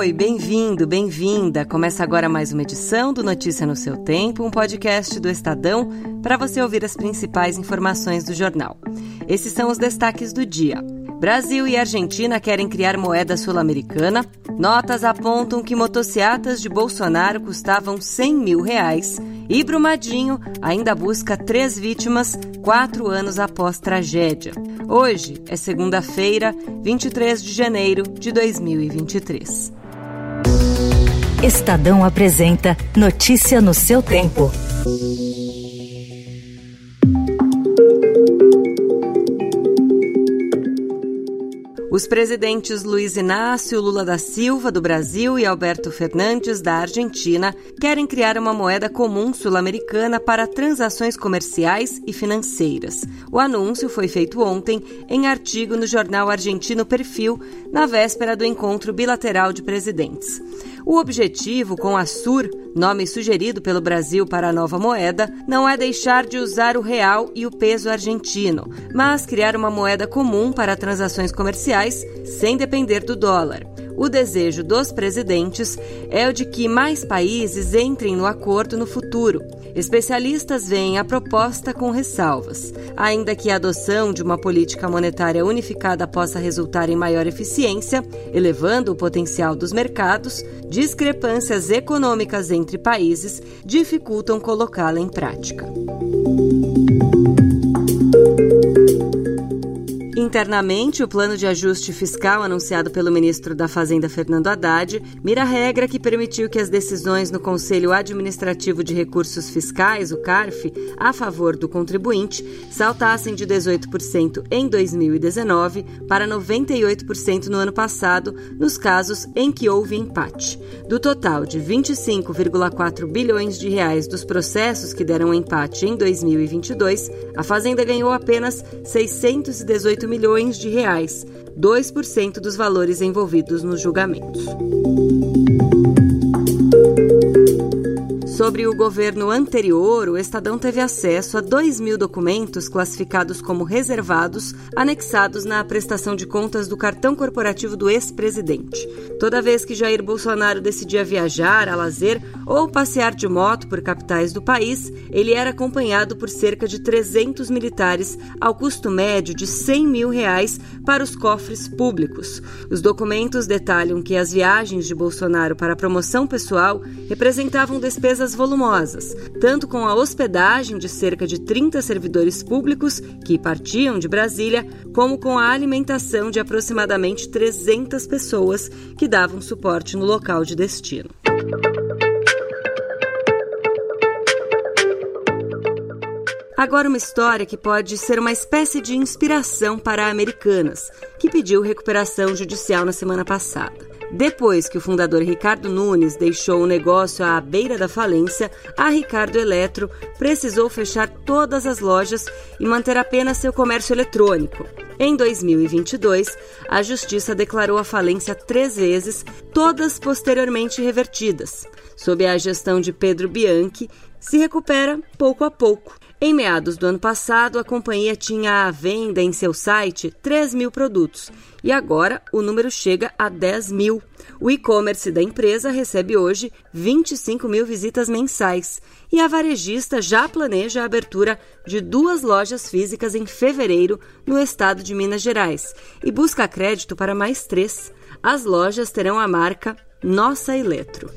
Oi, bem-vindo, bem-vinda. Começa agora mais uma edição do Notícia no Seu Tempo, um podcast do Estadão para você ouvir as principais informações do jornal. Esses são os destaques do dia. Brasil e Argentina querem criar moeda sul-americana. Notas apontam que motocicletas de Bolsonaro custavam R$100 mil. E Brumadinho ainda busca 3 vítimas 4 anos após tragédia. Hoje é segunda-feira, 23 de janeiro de 2023. Estadão apresenta Notícia no seu tempo. Os presidentes Luiz Inácio Lula da Silva, do Brasil, e Alberto Fernandes, da Argentina, querem criar uma moeda comum sul-americana para transações comerciais e financeiras. O anúncio foi feito ontem em artigo no jornal argentino Perfil, na véspera do encontro bilateral de presidentes. O objetivo com a SUR, nome sugerido pelo Brasil para a nova moeda, não é deixar de usar o real e o peso argentino, mas criar uma moeda comum para transações comerciais sem depender do dólar. O desejo dos presidentes é o de que mais países entrem no acordo no futuro. Especialistas veem a proposta com ressalvas. Ainda que a adoção de uma política monetária unificada possa resultar em maior eficiência, elevando o potencial dos mercados, discrepâncias econômicas entre países dificultam colocá-la em prática. Internamente, o plano de ajuste fiscal anunciado pelo ministro da Fazenda, Fernando Haddad, mira a regra que permitiu que as decisões no Conselho Administrativo de Recursos Fiscais, o CARF, a favor do contribuinte, saltassem de 18% em 2019 para 98% no ano passado, nos casos em que houve empate. Do total de 25,4 bilhões de reais dos processos que deram empate em 2022, a Fazenda ganhou apenas 618 milhões de reais, 2% dos valores envolvidos nos julgamentos. Sobre o governo anterior, o Estadão teve acesso a 2.000 documentos classificados como reservados, anexados na prestação de contas do cartão corporativo do ex-presidente. Toda vez que Jair Bolsonaro decidia viajar, a lazer ou passear de moto por capitais do país, ele era acompanhado por cerca de 300 militares, ao custo médio de R$100 mil para os cofres públicos. Os documentos detalham que as viagens de Bolsonaro para promoção pessoal representavam despesas volumosas, tanto com a hospedagem de cerca de 30 servidores públicos que partiam de Brasília, como com a alimentação de aproximadamente 300 pessoas que davam suporte no local de destino. Agora uma história que pode ser uma espécie de inspiração para Americanas, que pediu recuperação judicial na semana passada. Depois que o fundador Ricardo Nunes deixou o negócio à beira da falência, a Ricardo Eletro precisou fechar todas as lojas e manter apenas seu comércio eletrônico. Em 2022, a Justiça declarou a falência 3 vezes, todas posteriormente revertidas. Sob a gestão de Pedro Bianchi, se recupera pouco a pouco. Em meados do ano passado, a companhia tinha à venda em seu site 3.000 produtos e agora o número chega a 10.000. O e-commerce da empresa recebe hoje 25 mil visitas mensais e a varejista já planeja a abertura de 2 lojas físicas em fevereiro no estado de Minas Gerais e busca crédito para mais 3. As lojas terão a marca Nossa Eletro.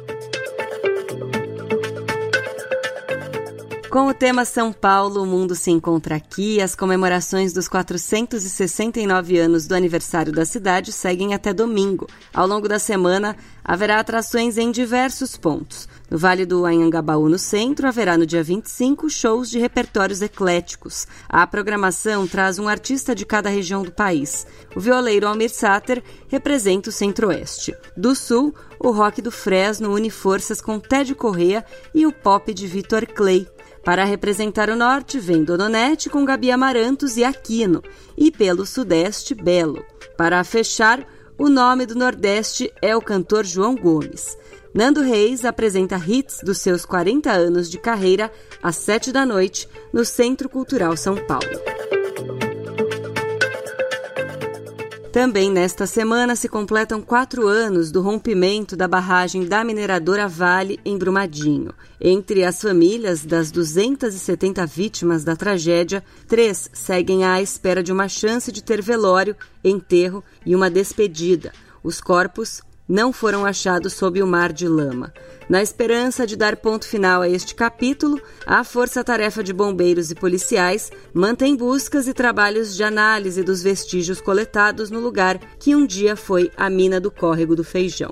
Com o tema São Paulo, o mundo se encontra aqui. As comemorações dos 469 anos do aniversário da cidade seguem até domingo. Ao longo da semana, haverá atrações em diversos pontos. No Vale do Anhangabaú, no centro, haverá no dia 25 shows de repertórios ecléticos. A programação traz um artista de cada região do país. O violeiro Almir Sater representa o Centro-Oeste. Do Sul, o rock do Fresno une forças com Ted Corrêa e o pop de Vitor Clay. Para representar o Norte, vem Dononete com Gabi Amarantos e Aquino. E pelo Sudeste, Belo. Para fechar, o nome do Nordeste é o cantor João Gomes. Nando Reis apresenta hits dos seus 40 anos de carreira às 7 da noite no Centro Cultural São Paulo. Também nesta semana se completam 4 anos do rompimento da barragem da mineradora Vale em Brumadinho. Entre as famílias das 270 vítimas da tragédia, 3 seguem à espera de uma chance de ter velório, enterro e uma despedida. Os corpos não foram achados sob o mar de lama. Na esperança de dar ponto final a este capítulo, a Força-Tarefa de Bombeiros e Policiais mantém buscas e trabalhos de análise dos vestígios coletados no lugar que um dia foi a mina do Córrego do Feijão.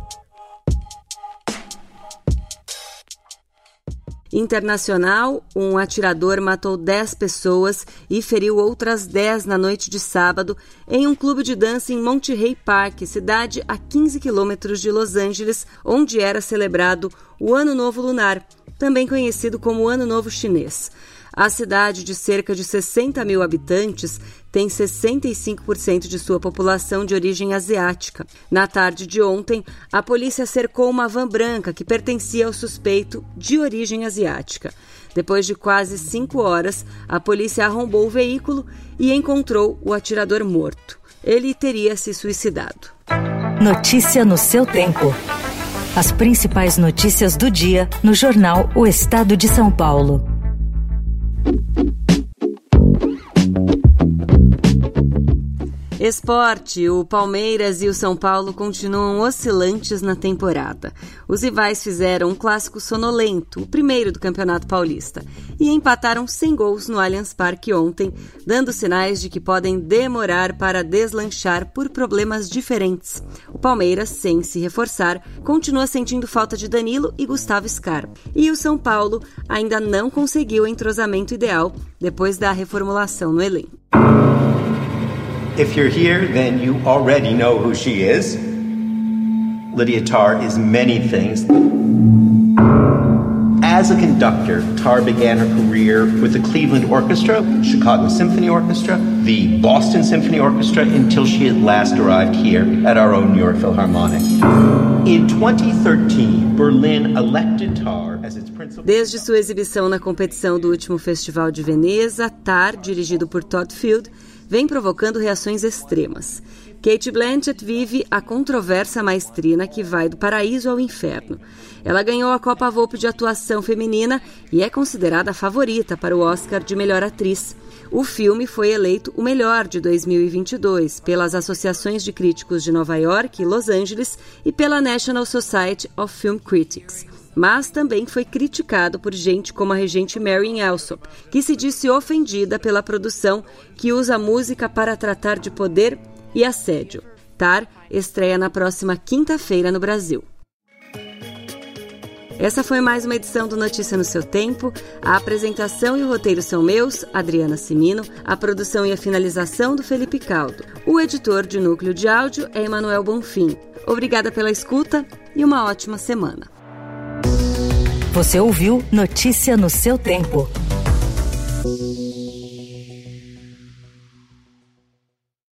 Internacional, um atirador matou 10 pessoas e feriu outras 10 na noite de sábado em um clube de dança em Monterey Park, cidade a 15 quilômetros de Los Angeles, onde era celebrado o Ano Novo Lunar, também conhecido como Ano Novo Chinês. A cidade, de cerca de 60 mil habitantes, tem 65% de sua população de origem asiática. Na tarde de ontem, a polícia cercou uma van branca que pertencia ao suspeito de origem asiática. Depois de quase 5 horas, a polícia arrombou o veículo e encontrou o atirador morto. Ele teria se suicidado. Notícia no seu tempo. As principais notícias do dia no jornal O Estado de São Paulo. Esporte, o Palmeiras e o São Paulo continuam oscilantes na temporada. Os rivais fizeram um clássico sonolento, o primeiro do Campeonato Paulista, e empataram sem gols no Allianz Parque ontem, dando sinais de que podem demorar para deslanchar por problemas diferentes. O Palmeiras, sem se reforçar, continua sentindo falta de Danilo e Gustavo Scarpa. E o São Paulo ainda não conseguiu o entrosamento ideal depois da reformulação no elenco. If you're here, then you already know who she is. Lydia Tarr is many things. As a conductor, Tarr began her career with the Cleveland Orchestra, Chicago Symphony Orchestra, the Boston Symphony Orchestra, until she at last arrived here at our own New York Philharmonic. In 2013, Berlin elected Tarr as its principal... Desde sua exibição na competição do último Festival de Veneza, Tarr, dirigido por Todd Field, vem provocando reações extremas. Cate Blanchett vive a controversa maestrina que vai do paraíso ao inferno. Ela ganhou a Copa Volpe de atuação feminina e é considerada a favorita para o Oscar de melhor atriz. O filme foi eleito o melhor de 2022 pelas associações de críticos de Nova York e Los Angeles e pela National Society of Film Critics. Mas também foi criticado por gente como a regente Marian Alsop, que se disse ofendida pela produção que usa música para tratar de poder e assédio. Tarr estreia na próxima quinta-feira no Brasil. Essa foi mais uma edição do Notícia no Seu Tempo. A apresentação e o roteiro são meus, Adriana Cimino, a produção e a finalização do Felipe Caldo. O editor de núcleo de áudio é Emanuel Bonfim. Obrigada pela escuta e uma ótima semana. Você ouviu Notícia no Seu Tempo.